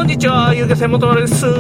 こんにちは、ゆうげせんもとまるですよ。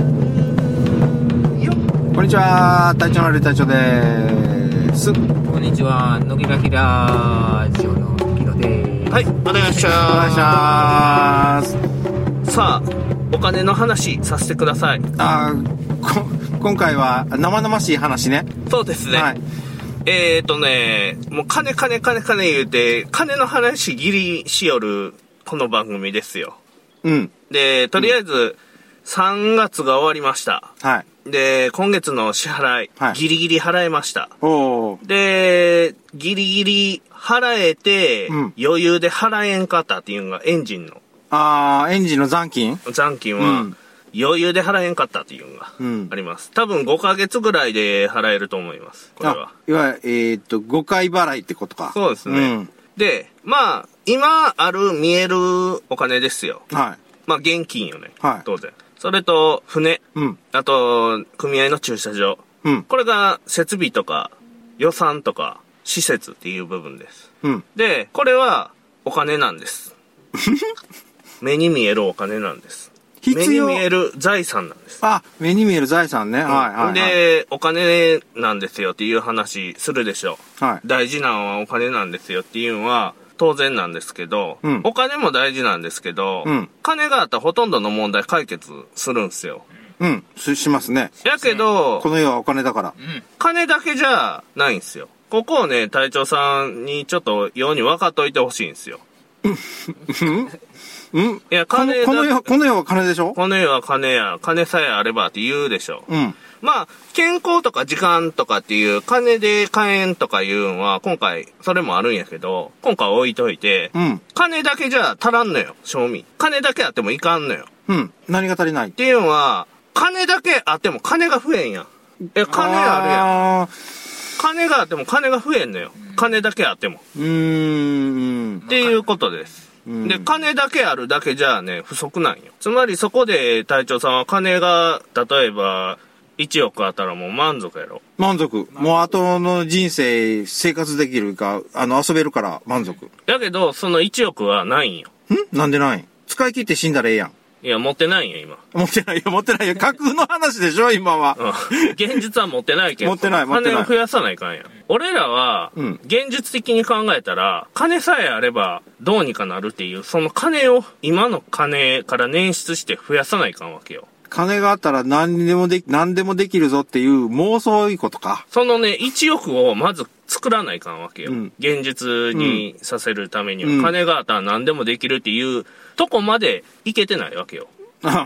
こんにちは、隊長のり隊長です。 こんにちは、乃木がきラジオの木野です。 はい、お願いしお願いしまます。 す。さあ、お金の話させてください。 今回は生々しい話ね。 そうですね。 はい。 もう金言うて、金の話ギリしよる、この番組ですよ。 うん。 で、とりあえず、3月が終わりました。 はい。 で、今月の支払い、 はい、 ギリギリ払えました。 おー。 で、ギリギリ払えて、 うん、 余裕で払えんかったっていうのがエンジンの。 エンジンの残金は、 うん、 余裕で払えんかったっていうのがあります。多分5ヶ月ぐらいで払えると思います。これは。 いわゆる、5回払いってことか。 そうですね。うん、で、まあ、今見えるお金ですよ。 はい。 まあ、現金よね。 はい。 当然。それと、船。 うん。 あと、組合の駐車場。 うん。 これが設備とか予算とか施設っていう部分です。 うん。 で、これはお金なんです。目に見えるお金なんです。目に見える財産なんです。 目に見える財産ね。はいはい、はい。 で、お金なんですよっていう話するでしょう。 はい。 大事なのはお金なんですよっていうのは当然なんですけど、 うん、 お金も大事なんですけど、 うん、 金があったらほとんどの問題解決するんですよ。 うん、しますね。 やけど、 この世はお金だから。 金だけじゃないんですよ。ここをね、隊長さんにちょっとように分かっといてほしいんですよ。 うん、 いや、 この世は金でしょ？ この世は金や、金さえあればって言うでしょ。 うん。 まあ、健康とか時間とかっていう金で買えんとかいうのは今回それもあるんやけど、今回置いといて、 うん。 金だけじゃ足らんのよ、賞味。金だけあってもいかんのよ。 うん。何が足りないっていうのは、金だけあっても金が増えんやん。金あるやん。金があっても金が増えんのよ。金だけあっても。っていうことです。で、金だけあるだけじゃあね、不足なんよ。つまりそこで隊長さんは金が、例えば、1億あったらもう満足やろ。 満足。もう後の人生生活できるか、遊べるから満足。 やけど、その1億はないんよ。 なんでないん？使い切って死んだらええやん。 いや、持ってないんよ、今。 持ってないよ。架空の話でしょ、今は。 現実は持ってないけど。 持ってない。 金を増やさないかんやん。俺らは、現実的に考えたら、金さえあればどうにかなるっていう、その金を今の金から捻出して増やさないかんわけよ。 金があったら何でもできるぞっていう妄想いいことか。 そのね、1億をまず作らないかんわけよ。現実にさせるためには、金があったら何でもできるっていうとこまでいけてないわけよ。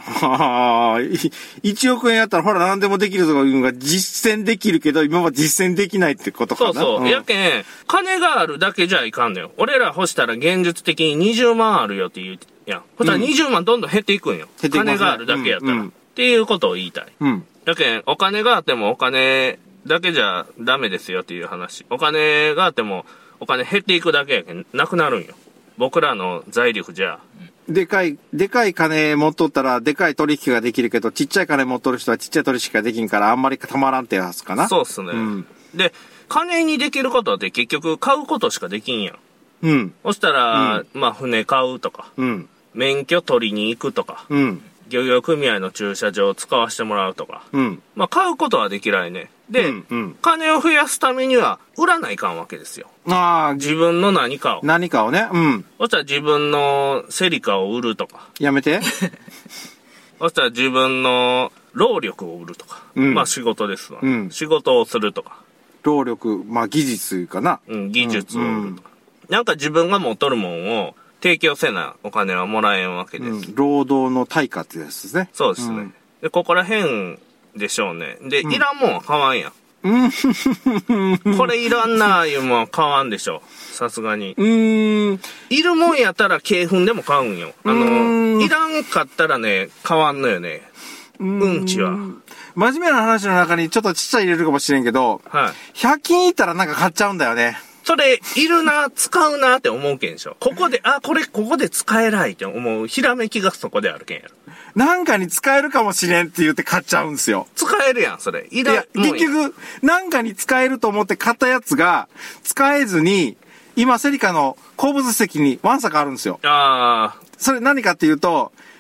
1億円やったらほら何でもできるとかいうのが実践できるけど、今は実践できないってことかな。 そう。やけん、金があるだけじゃいかんのよ。俺ら欲したら現実的に20万あるよって言うやん。そしたら20万どんどん減っていくんよ。金があるだけやったら。っていうことを言いたい。やけん、お金があってもお金だけじゃダメですよっていう話。お金があってもお金減っていくだけやけん、なくなるんよ。僕らの財力じゃ。 でかい金持っとったら、でかい取引ができるけど、ちっちゃい金持っとる人はちっちゃい取引ができんから、あんまりたまらんってやつかな。 そうっすね。で、金にできることって結局買うことしかできんやん。そしたら、まあ船買うとか、免許取りに行くとか、漁業組合の駐車場を使わせてもらうとか、まあ買うことはできないね。で、金を増やすためには売らないかんわけですよ。自分の何かをね。そしたら自分のセリカを売るとか。 やめて。 そしたら自分の労力を売るとか。まあ仕事ですわ、仕事をするとか。 労力、まあ技術かな。 技術を売るとか。なんか自分が持っとるもんを提供せなお金はもらえんわけです。 労働の対価ってやつですね。 そうですね。で、ここら辺でしょうね。で、いらんもんは買わんやん。これいらんなーいうもんは買わんでしょ。さすがに。いるもんやったら鶏粉でも買うんよ。いらんかったらね、買わんのよね。うんちは。 真面目な話の中にちょっとちっちゃい入れるかもしれんけど、100均行ったらなんか買っちゃうんだよね。 それ、いるな、使うなって思うけんでしょ。ここで使えないって思う。ひらめきがそこであるけんやろ。 なんかに使えるかもしれんって言って買っちゃうんですよ。 使えるやん、それ。結局、なんかに使えると思って買ったやつが、使えずに、今、セリカの後部座席にワンサカあるんですよ。 ああ。 それ何かっていうと、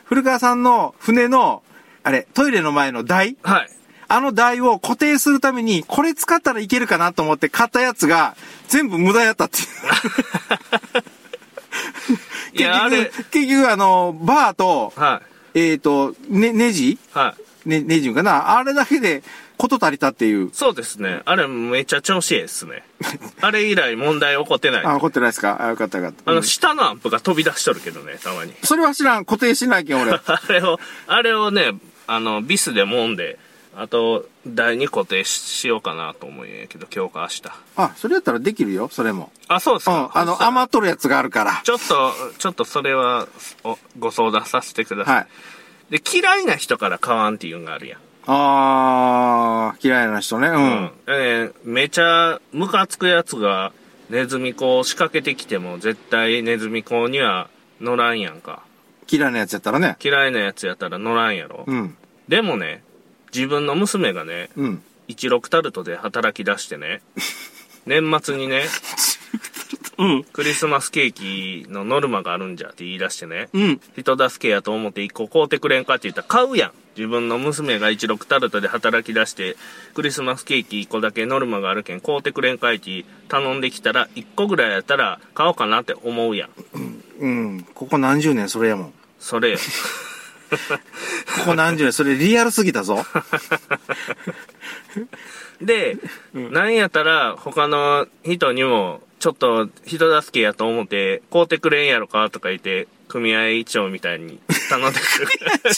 古川さんの船の、あれ、トイレの前の台はい。 あの台を固定するために、これ使ったらいけるかなと思って買ったやつが、全部無駄やったっていう。 いや、あれ。 結局バーと、 はい。 ネジはい。 ネジかなあれだけで、こと足りたっていう。 そうですね。あれめっちゃ調子いいですね。あれ以来問題起こってない。 あ、起こってないですか。あ、よかったよかった。 下のアンプが飛び出しとるけどね、たまに。 それは知らん。固定しないけん、俺。 あれをね、ビスで揉んで、あと、台に固定しようかなと思うんやけど、今日か明日。 あ、それやったらできるよ、それも。 あ、そうですか。 余っとるやつがあるから。 ちょっとそれは、ご相談させてください。はい。で、嫌いな人から買わんっていうのがあるやん。 嫌いな人ね。 めちゃムカつくやつがネズミ子を仕掛けてきても絶対ネズミ子には乗らんやんか。 嫌いなやつやったらね。 嫌いなやつやったら乗らんやろ。でもね、自分の娘がね、16タルトで働き出してね、年末にね、クリスマスケーキのノルマがあるんじゃって言い出してね、人助けやと思って1個買うてくれんかって言ったら買うやん。自分の娘が16タルトで働き出して、クリスマスケーキ1個だけノルマがあるけん買うてくれんかいって頼んできたら、1個ぐらいやったら買おうかなって思うやん。 ここ何十年それやもん。 それよ。 ここ何十年、それリアルすぎたぞ。 で、なんやったら他の人にも、ちょっと人助けやと思って買うてくれんやろかとか言って組合長みたいに頼んでくる。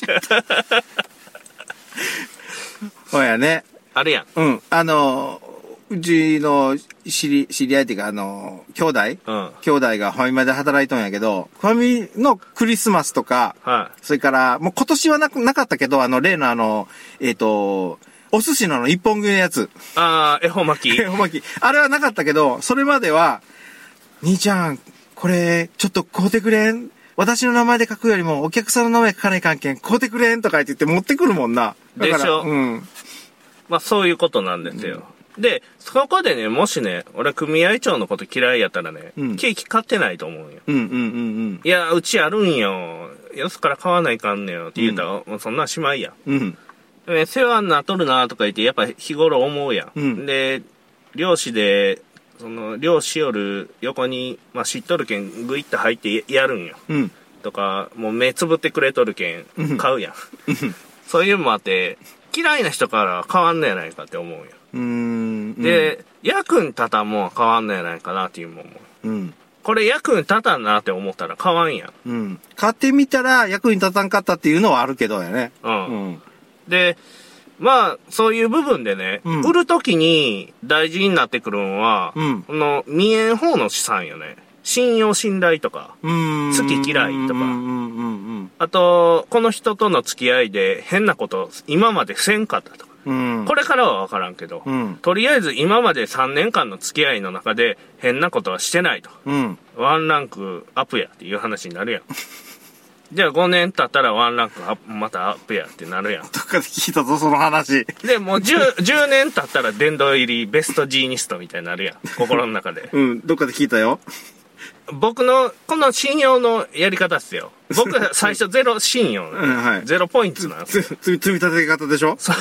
そうやね。 あるやん。 うちの知り合いっていうか兄弟、兄弟がファミマで働いとんやけど、ファミのクリスマスとか、それからもう今年はなかったけど例のお寿司の一本食いのやつ。 恵方巻き。 恵方巻き。あれはなかったけど、それまでは、兄ちゃん、これ、ちょっと買うてくれん？私の名前で書くよりも、お客さんの名前書かない関係、買うてくれんとか言って持ってくるもんな。 でしょ。まあ、そういうことなんですよ。で、そこでね、もしね、俺組合長のこと嫌いやったらね、ケーキ買ってないと思うよ。いや、うちあるんよ。よそから買わないかんねよって言うたら、もうそんなしまいや。世話になっとるなとか言って、やっぱ日頃思うやん。で、漁師で、漁師よる横に、まあ、知っとるけん、グイッと入ってやるんよ。とか、もう目つぶってくれとるけん、買うやん。そういうのもあって、嫌いな人から変わんのやないかって思うよ。で、役に立たんもんは変わんのやないかなっていうもんも。これ役に立たんなって思ったら変わんやん。 買ってみたら役に立たんかったっていうのはあるけどやね。 で、まあ、そういう部分でね、売るときに大事になってくるのは、見えん方の資産よね。信用信頼とか、好き嫌いとか、あと、この人との付き合いで変なこと今までせんかったとか、これからは分からんけど、とりあえず今まで3年間の付き合いの中で変なことはしてないと。ワンランクアップやっていう話になるやん。じゃあ5年経ったらワンランクまたアップやってなるやん。 どっかで聞いたぞ、その話。 で、もう10年経ったら殿堂入りベストジーニストみたいになるやん。心の中で。 どっかで聞いたよ。 僕の、この信用のやり方っすよ。僕は最初ゼロ信用、ゼロポイントなんですよ。 積み立て方でしょ？ そう。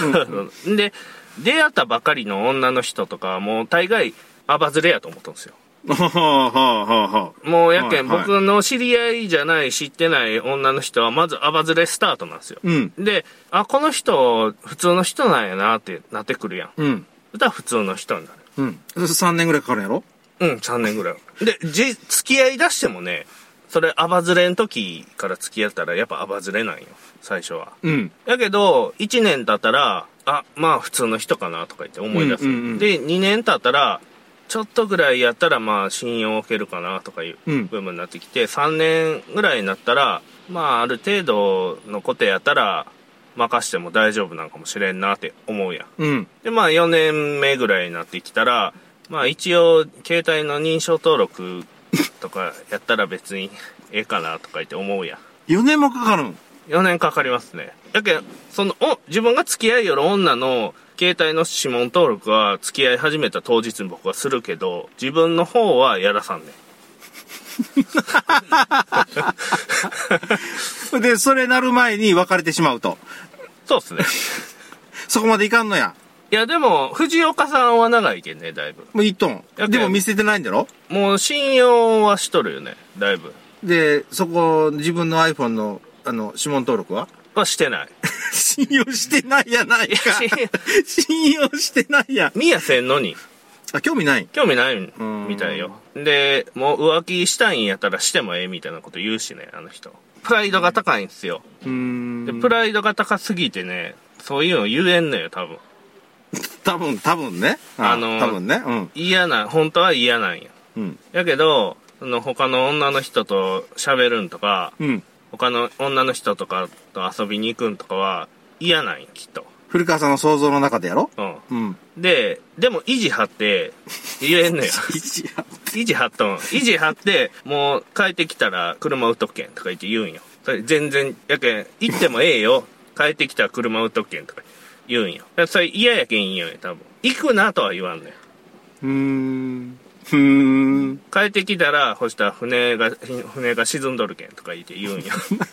で、出会ったばかりの女の人とかはもう大概アバズレやと思ったんですよ。もうやけん、僕の知り合いじゃない知ってない女の人はまずアバズレスタートなんですよ。で、この人普通の人なんやなってなってくるやん。そしたら普通の人になる。 3年ぐらいかかるんやろ ？3年ぐらい。で、付き合い出してもね、それアバズレん時から付き合ったらやっぱアバズレなんよ、最初は。やけど、1年経ったら、まあ普通の人かなとか言って思い出す。で、2年経ったら、ちょっとぐらいやったらまあ信用を受けるかなとかいう部分になってきて、3年ぐらいになったら、まあある程度のことやったら、任しても大丈夫なのかもしれんなって思うやん。で、まあ4年目ぐらいになってきたら、まあ一応携帯の認証登録とかやったら別にええかなとか言って思うやん。 4年もかかるん？ 4 年かかりますね。だけど、自分が付き合いよる女の携帯の指紋登録は付き合い始めた当日に僕はするけど、自分の方はやらさんね。 で、それなる前に別れてしまうと。 そうっすね。 そこまでいかんのや。 いや、でも、藤岡さんは長いけんね、だいぶ。 もういっとん。でも見せてないんだろ？ もう信用はしとるよね、だいぶ。 で、そこ、自分の iPhone の、指紋登録はしてない。 信用してないやないか。信用してないや。 見やせんのに。 あ、興味ない？ 興味ないみたいよ。で、もう浮気したいんやったらしてもええみたいなこと言うしね、あの人。プライドが高いんですよ。で、プライドが高すぎてね、そういうの言えんのよ、多分。 多分ね。多分ね。うん。 本当は嫌なんや。 うん。 やけど、他の女の人と喋るんとか、 うん。 他の女の人とかと遊びに行くんとかは嫌なんや、きっと。 古川さんの想像の中でやろ？ うん。でも意地張って言えんのよ。意地張って、もう帰ってきたら車売っとくけんとか言って言うんよ。それ全然、やけん、行ってもええよ。帰ってきたら車売っとくけんとか言うんよ。それ嫌やけん言うんよ、多分。行くなとは言わんのよ。帰ってきたら、そしたら船が沈んどるけんとか言って言うんよ。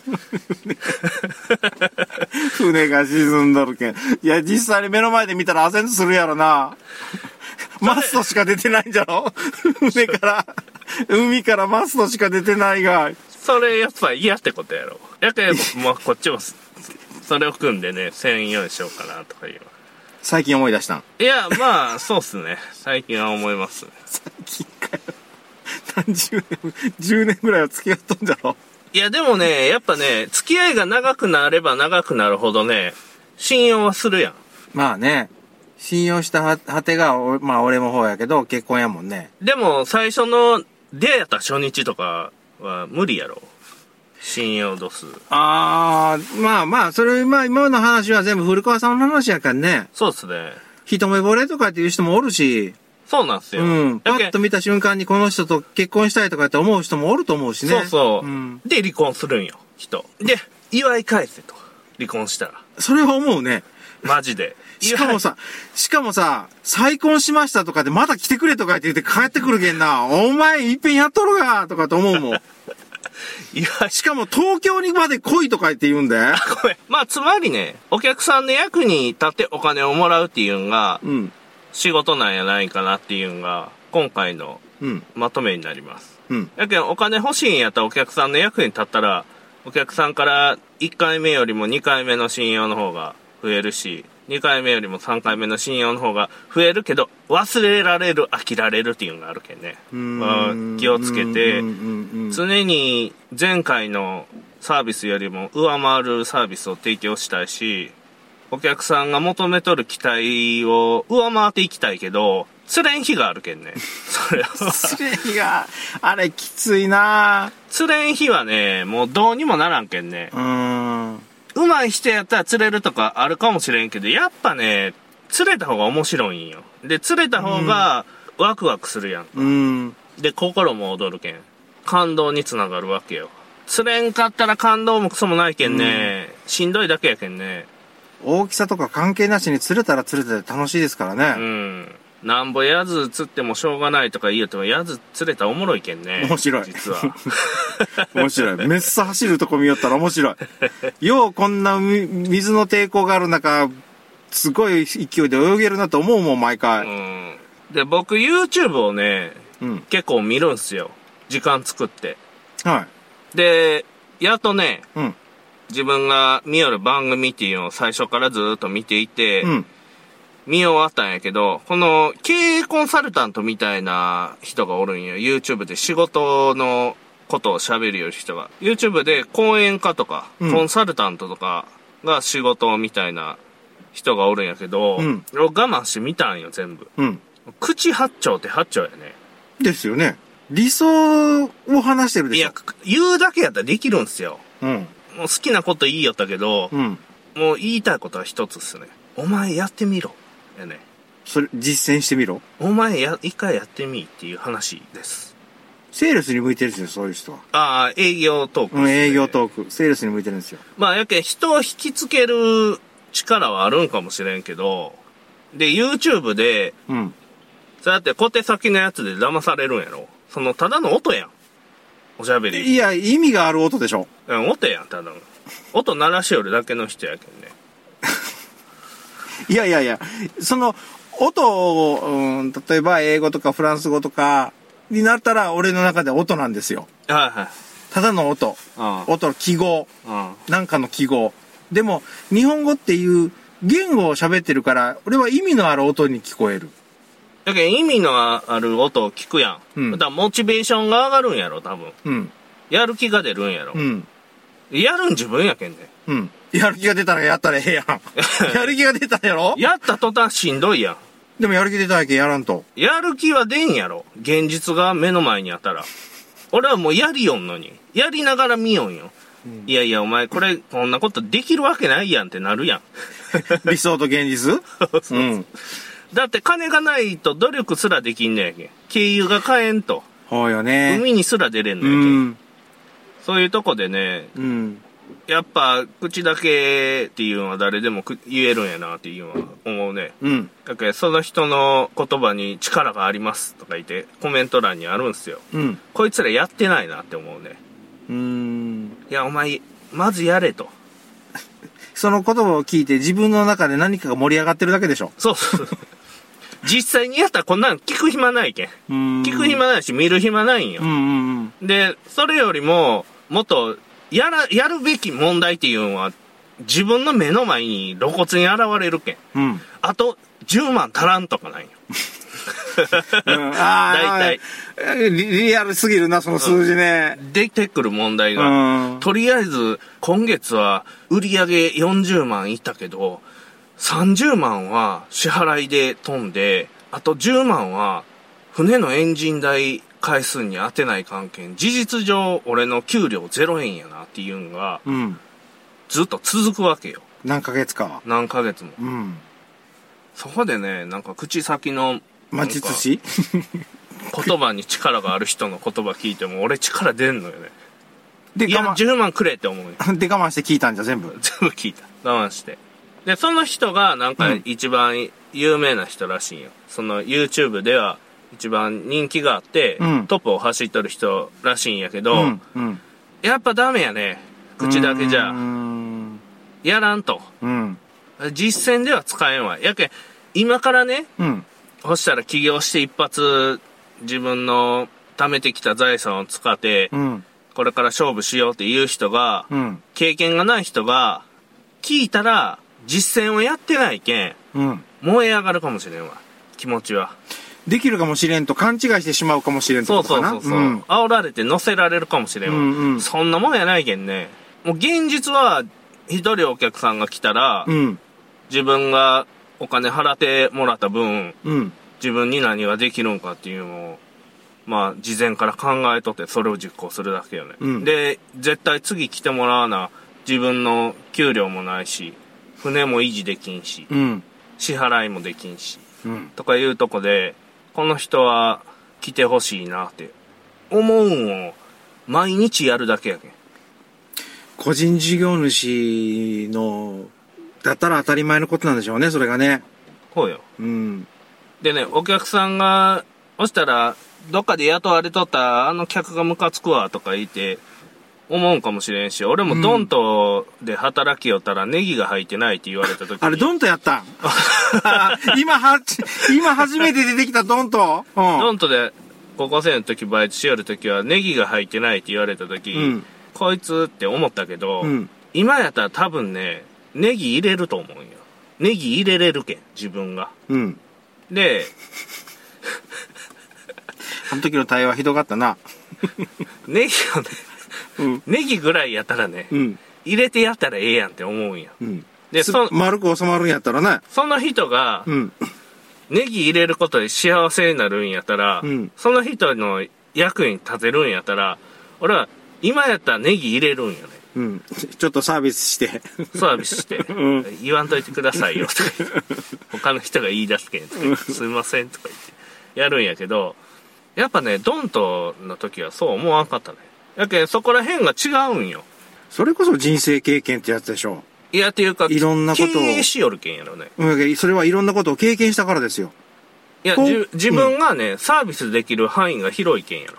船が沈んどるけん。いや、実際に目の前で見たら焦んとするやろな。マストしか出てないんじゃろ？船から、海からマストしか出てないが。 それやっぱ嫌ってことやろ。やけん、もうこっちも、それを組んでね、1000円しようかなとか言う。 最近思い出したん？ いや、まあ、そうっすね。最近は思います。 最近かよ。何十年、10年ぐらいは付き合っとんじゃろ？ いや、でもね、やっぱね、付き合いが長くなれば長くなるほどね、信用はするやん。 まあね。信用した果てが、まあ俺も方やけど、結婚やもんね。 でも、最初の出会った初日とかは無理やろ。信用度数。 まあ、それ、まあ今の話は全部古川さんの話やからね。 そうっすね。 一目惚れとかっていう人もおるし。 そうなんすよ。 うん。パッと見た瞬間にこの人と結婚したいとかって思う人もおると思うしね。 そうそう。うん、で、離婚するんよ、人。で、祝い返せと。離婚したら。 それは思うね。 マジで。 しかもさ、再婚しましたとかでまだ来てくれとかって言って帰ってくるけんな。お前いっぺんやっとるがとかと思うもん。しかも東京にまで来いとか言って言うんで。 ごめん。まあ、つまりね、お客さんの役に立ってお金をもらうっていうのが、仕事なんやないかなっていうのが、今回のまとめになります。やけん、お金欲しいんやったらお客さんの役に立ったら、お客さんから1回目よりも2回目の信用の方が増えるし、2回目よりも3回目の信用の方が増えるけど、忘れられる、飽きられるっていうのがあるけんね。気をつけて、常に前回のサービスよりも上回るサービスを提供したいし、お客さんが求めとる期待を上回っていきたいけど、釣れん日があるけんね。それは。 釣れん日が、あれきついな。 釣れん日はね、もうどうにもならんけんね。上手い人やったら釣れるとかあるかもしれんけど、やっぱね、釣れた方が面白いんよ。で、釣れた方がワクワクするやん。で、心も躍るけん。感動につながるわけよ。釣れんかったら感動もクソもないけんね。しんどいだけやけんね。 大きさとか関係なしに釣れたら釣れたで楽しいですからね。 なんぼやず釣ってもしょうがないとか言うても、やず釣れたらおもろいけんね。 面白い。 実は。 面白い。めっさ走るとこ見よったら面白い。ようこんな水の抵抗がある中、すごい勢いで泳げるなと思うもん、毎回。 で、僕 YouTube をね、結構見るんすよ。時間作って。 はい。 で、やっとね、自分が見よる番組っていうのを最初からずっと見ていて、見終わったんやけど、この経営コンサルタントみたいな人がおるんよ。YouTube で仕事のことを喋るよ人が。YouTube で講演家とか、コンサルタントとかが仕事みたいな人がおるんやけど、我慢して見たんよ、全部。口八丁って八丁やね。 ですよね。理想を話してるでしょ。 いや、言うだけやったらできるんすよ。もう好きなこと言いよったけど、もう言いたいことは一つっすね。お前やってみろ。やね。 それ、実践してみろ。 お前一回やってみっていう話です。 セールスに向いてるんですよ、そういう人は。 営業トーク、 営業トーク。セールスに向いてるんですよ。 まあ、やけん人を引きつける力はあるんかもしれんけど、で、YouTube で、そうやって小手先のやつで騙されるんやろ。ただの音やん。 おしゃべり。 いや、意味がある音でしょ。 音やん、ただの。音鳴らしよるだけの人やけんね。 いや、その、音を、例えば英語とかフランス語とかになったら俺の中で音なんですよ。 はいはい。 ただの音。音の記号。なんかの記号。でも、日本語っていう言語を喋ってるから、俺は意味のある音に聞こえる。 だけど意味のある音を聞くやん。だからモチベーションが上がるんやろ、多分。やる気が出るんやろ。やるん自分やけんね。 やる気が出たらやったらええやん。やる気が出たんやろ？ やった途端しんどいやん。 でもやる気出たやけんやらんと。 やる気は出んやろ。現実が目の前にあったら。俺はもうやりよんのに。やりながら見よんよ。いやいや、お前これ、こんなことできるわけないやんってなるやん。 理想と現実？ だって金がないと努力すらできんのやけん。経由が買えんと。 ほうよね。 海にすら出れんのやけん。そういうとこでね、やっぱ口だけっていうのは誰でも言えるんやなっていうのは思うね。だからその人の言葉に力がありますとか言ってコメント欄にあるんすよ。こいつらやってないなって思うね。いや、お前、まずやれと。 その言葉を聞いて自分の中で何かが盛り上がってるだけでしょ。 そう。実際にやったらこんなの聞く暇ないけん。聞く暇ないし見る暇ないんよ。で、それよりも、もっと、やるべき問題っていうのは、自分の目の前に露骨に現れるけん。あと、10万足らんとかないよ。大体。 リアルすぎるな、その数字ね。 出てくる問題が。とりあえず、今月は売り上げ40万いったけど、30万は支払いで飛んで、あと10万は船のエンジン代回数に当てない関係、事実上俺の給料0円やなっていうのが、ずっと続くわけよ。 何ヶ月か。 何ヶ月も。そこでね、なんか口先の魔術師言葉に力がある人の言葉聞いても俺力出んのよね。で、いや、10万くれって思うよ。 で、我慢して聞いたんじゃ全部聞いた。我慢して。で、その人がなんか一番有名な人らしいんよ。その YouTube では一番人気があって、トップを走っとる人らしいんやけど、やっぱダメやね。口だけじゃ。やらんと。実践では使えんわ。やけん、今からね、そしたら起業して一発自分の貯めてきた財産を使って、これから勝負しようっていう人が、経験がない人が聞いたら実践をやってないけん、燃え上がるかもしれんわ。気持ちは。 できるかもしれんと勘違いしてしまうかもしれんとかな。 そう。煽られて乗せられるかもしれんわ。そんなもんやないけんね。もう現実は一人お客さんが来たら、自分がお金払ってもらった分、自分に何ができるんかっていうのを、まあ、事前から考えとってそれを実行するだけよね。で、絶対次来てもらわな、自分の給料もないし、船も維持できんし、支払いもできんし、とかいうとこで、この人は来てほしいなって思うんを毎日やるだけやけん。 個人事業主のだったら当たり前のことなんでしょうね、それがね。 そうよ。でね、お客さんが、そしたら、どっかで雇われとったあの客がムカつくわとか言って思うんかもしれんし、俺もドントで働きよったらネギが入ってないって言われた時に。 あれドントやったん今初めて出てきたドント、 ドントで高校生の時バイトしよる時はネギが入ってないって言われた時、こいつって思ったけど、今やったら多分ね、ネギ入れると思うんよ。ネギ入れれるけん、自分が。で、 あの時の対話ひどかったな。 ネギをね、ネギぐらいやったらね、入れてやったらええやんって思うんや。 で、丸く収まるんやったらね。 その人が、ネギ入れることで幸せになるんやったら、その人の役に立てるんやったら、俺は今やったらネギ入れるんよね。 ちょっとサービスして。 サービスして。言わんといてくださいよ、とか言って。他の人が言い出すけん、とか言って、すいません、とか言って。やるんやけど、やっぱね、ドントの時はそう思わんかったね。やけん、そこら辺が違うんよ。 それこそ人生経験ってやつでしょ。 いや、っていうか、 いろんなことを。 経営しよるけんやろね。 それはいろんなことを経験したからですよ。 いや、自分がね、サービスできる範囲が広いけんやろ。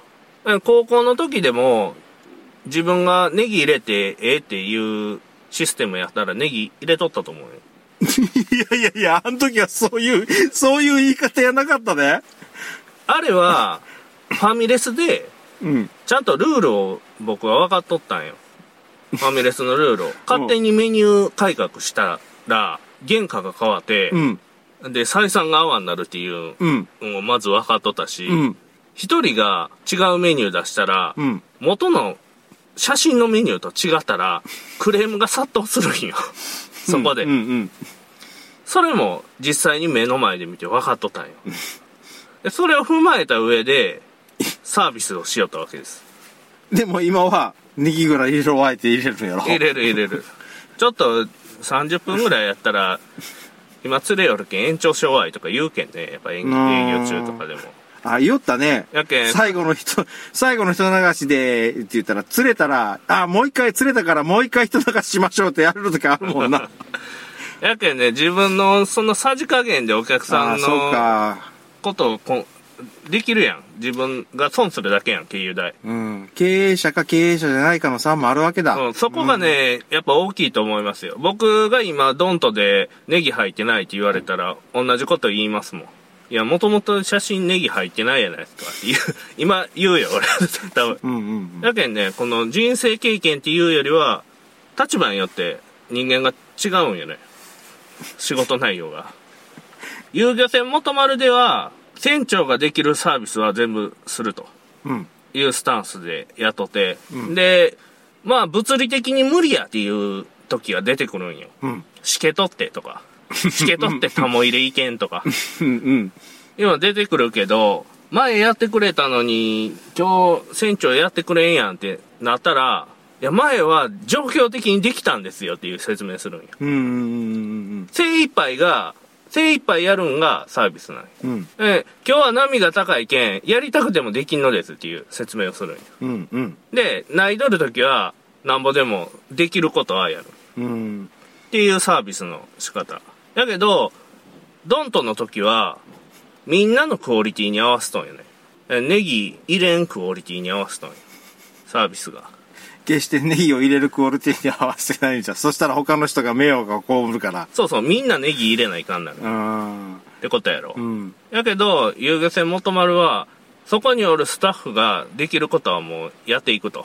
高校の時でも、自分がネギ入れてええっていうシステムやったらネギ入れとったと思うよ。 いや、あの時はそういう言い方やなかったね。 あれは、ファミレスで、ちゃんとルールを僕は分かっとったんよ。ファミレスのルールを。勝手にメニュー改革したら、原価が変わって、で、採算が合わんなるっていうのをまず分かっとったし、一人が違うメニュー出したら、元の写真のメニューと違ったら、クレームが殺到するんよ。そこで。それも実際に目の前で見て分かっとったんよ。でそれを踏まえた上で、サービスをしよったわけです。 でも今は、ネギぐらい入れろわいて入れるんやろ。 入れる。ちょっと30分ぐらいやったら、今釣れよるけん延長しようわいとか言うけんね。やっぱ営業中とかでも。 あ、言おったね。 やけん。 最後の人流しで、って言ったら、釣れたら、もう一回釣れたからもう一回人流ししましょうってやるときあるもんな。 やけんね、自分のそのさじ加減でお客さんのことをできるやん。自分が損するだけやん、経由代。 経営者か経営者じゃないかの差もあるわけだ。 そこがね、やっぱ大きいと思いますよ。僕が今、ドントでネギ入ってないって言われたら、同じこと言いますもん。いや、もともと写真ネギ入ってないやないですかって今言うよ、俺。多分。だけんね、この人生経験っていうよりは、立場によって人間が違うんよね。仕事内容が。遊漁船元丸では、船長ができるサービスは全部すると。いうスタンスでやっとって。で、まあ物理的に無理やっていう時が出てくるんよ。しけ取ってとか。しけ取ってタモ入れいけんとか。今出てくるけど、前やってくれたのに、今日船長やってくれんやんってなったら、いや前は状況的にできたんですよっていう説明するんよ。精一杯やるんがサービスなんよ。今日は波が高いけん、やりたくてもできんのですっていう説明をするんよ。で、ないどるときは、なんぼでもできることはやる。っていうサービスの仕方。だけど、ドントの時は、みんなのクオリティに合わせとんよね。ネギ入れんクオリティに合わせとんよ。サービスが。 決してネギを入れるクオリティに合わせてないんじゃん。そしたら他の人が迷惑が被るから。 そう、みんなネギ入れないかんなる。ってことやろ。やけど、遊漁船元丸は、そこにおるスタッフができることはもうやっていくと。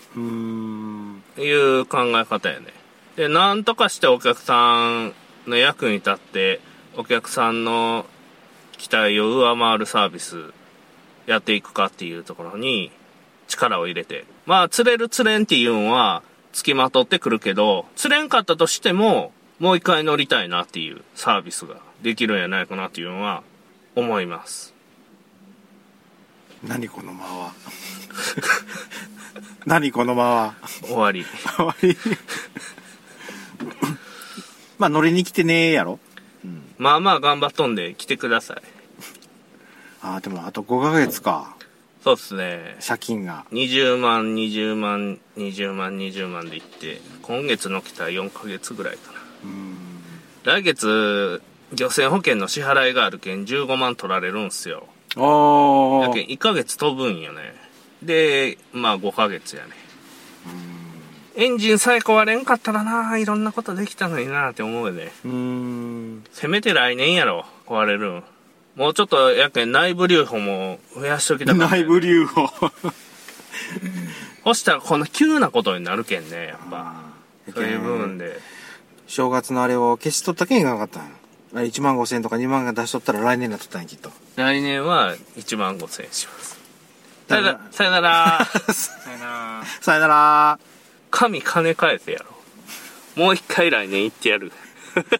いう考え方やね。で、なんとかしてお客さんの役に立って、お客さんの期待を上回るサービスやっていくかっていうところに力を入れて。まあ、釣れる釣れんっていうのは付きまとってくるけど、釣れんかったとしても、もう一回乗りたいなっていうサービスができるんやないかなっていうのは思います。 何この間は。何この間は。 終わり。 終わり。まあ乗りに来てねえやろ。 まあまあ頑張っとんで来てください。 でもあと5ヶ月か。 そうっすね。 借金が。 20万でいって、今月の来たら4ヶ月ぐらいかな。来月、漁船保険の支払いがあるけん15万取られるんすよ。だけん1ヶ月飛ぶんよね。で、まあ5ヶ月やね。エンジンさえ壊れんかったらな、いろんなことできたのになって思うよね。せめて来年やろ、壊れるん。もうちょっとやけん内部留保も増やしときたかった、 内部留保。 そしたらこんな急なことになるけんね、やっぱ。そういう部分で。 正月のあれを消しとったけんいかなかったんや。1万5千円とか2万が出しとったら来年になっとったんや、きっと。 来年は1万5千円します。さよなら。 さよなら。 神金返せやろ。もう一回来年行ってやる。